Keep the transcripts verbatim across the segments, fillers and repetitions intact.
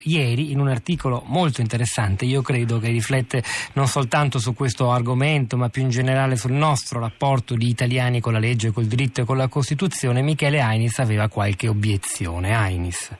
ieri in un articolo molto interessante, io credo, che riflette non soltanto su questo argomento ma più in generale sul nostro rapporto di italiani con la legge, col diritto e con la Costituzione. Michele Ainis aveva qualche obiezione. Ainis.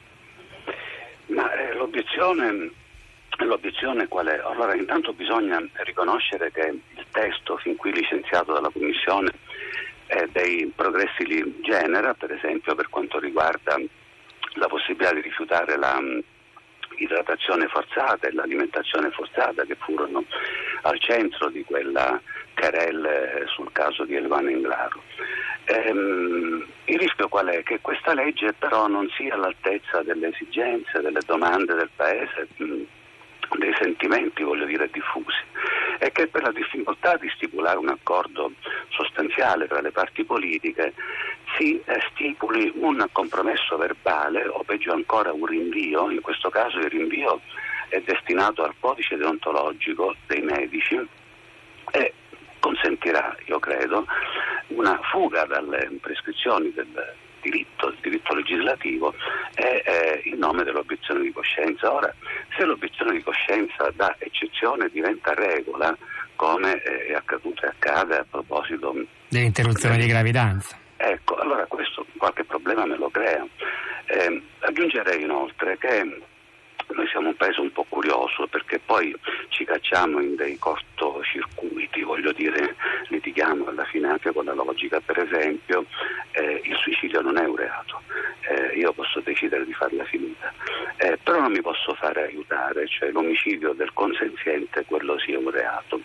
Ma eh, l'obiezione, l'obiezione qual è? Allora, intanto bisogna riconoscere che il testo fin qui licenziato dalla Commissione eh, dei progressi li genera, per esempio per quanto riguarda la possibilità di rifiutare la um, idratazione forzata e l'alimentazione forzata, che furono al centro di quella querelle sul caso di Eluana Englaro. Ehm, il rischio qual è? Che questa legge però non sia all'altezza delle esigenze, delle domande del Paese, mh, dei sentimenti, voglio dire, diffusi, e che per la difficoltà di stipulare un accordo sostanziale tra le parti politiche si eh, stipuli un compromesso verbale o peggio ancora un rinvio. In questo caso il rinvio è destinato al codice deontologico dei medici e consentirà, io credo, una fuga dalle prescrizioni del diritto, del diritto legislativo e eh, in nome dell'obiezione di coscienza. Ora, se l'obiezione di coscienza da eccezione diventa regola, come è accaduto e accade a proposito dell'interruzione di gravidanza, ecco, allora questo qualche problema me lo crea. Eh, aggiungerei inoltre che noi siamo un paese un po' curioso, perché poi ci cacciamo in dei cortocircuiti, voglio dire, litighiamo alla fine anche con la logica. Per esempio, eh, il suicidio non è un reato, eh, io posso decidere di farla finita, eh, però non mi posso fare aiutare, cioè l'omicidio del consenziente, quello sì è un reato.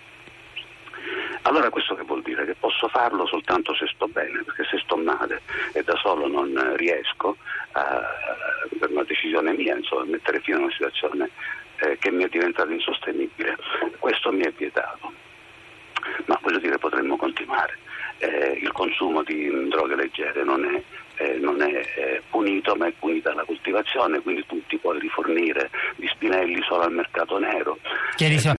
Allora questo che vuol dire? Che posso farlo soltanto se sto bene, perché se sto male e da solo non riesco a, per una decisione mia, insomma, a mettere fine a una situazione eh, che mi è diventata insostenibile, questo mi è vietato. Ma voglio dire, potremmo continuare. Eh, il consumo di droghe leggere non è, eh, non è eh, punito, ma è punita la coltivazione, quindi tu ti puoi rifornire di spinelli solo al mercato nero. Chiarissimo.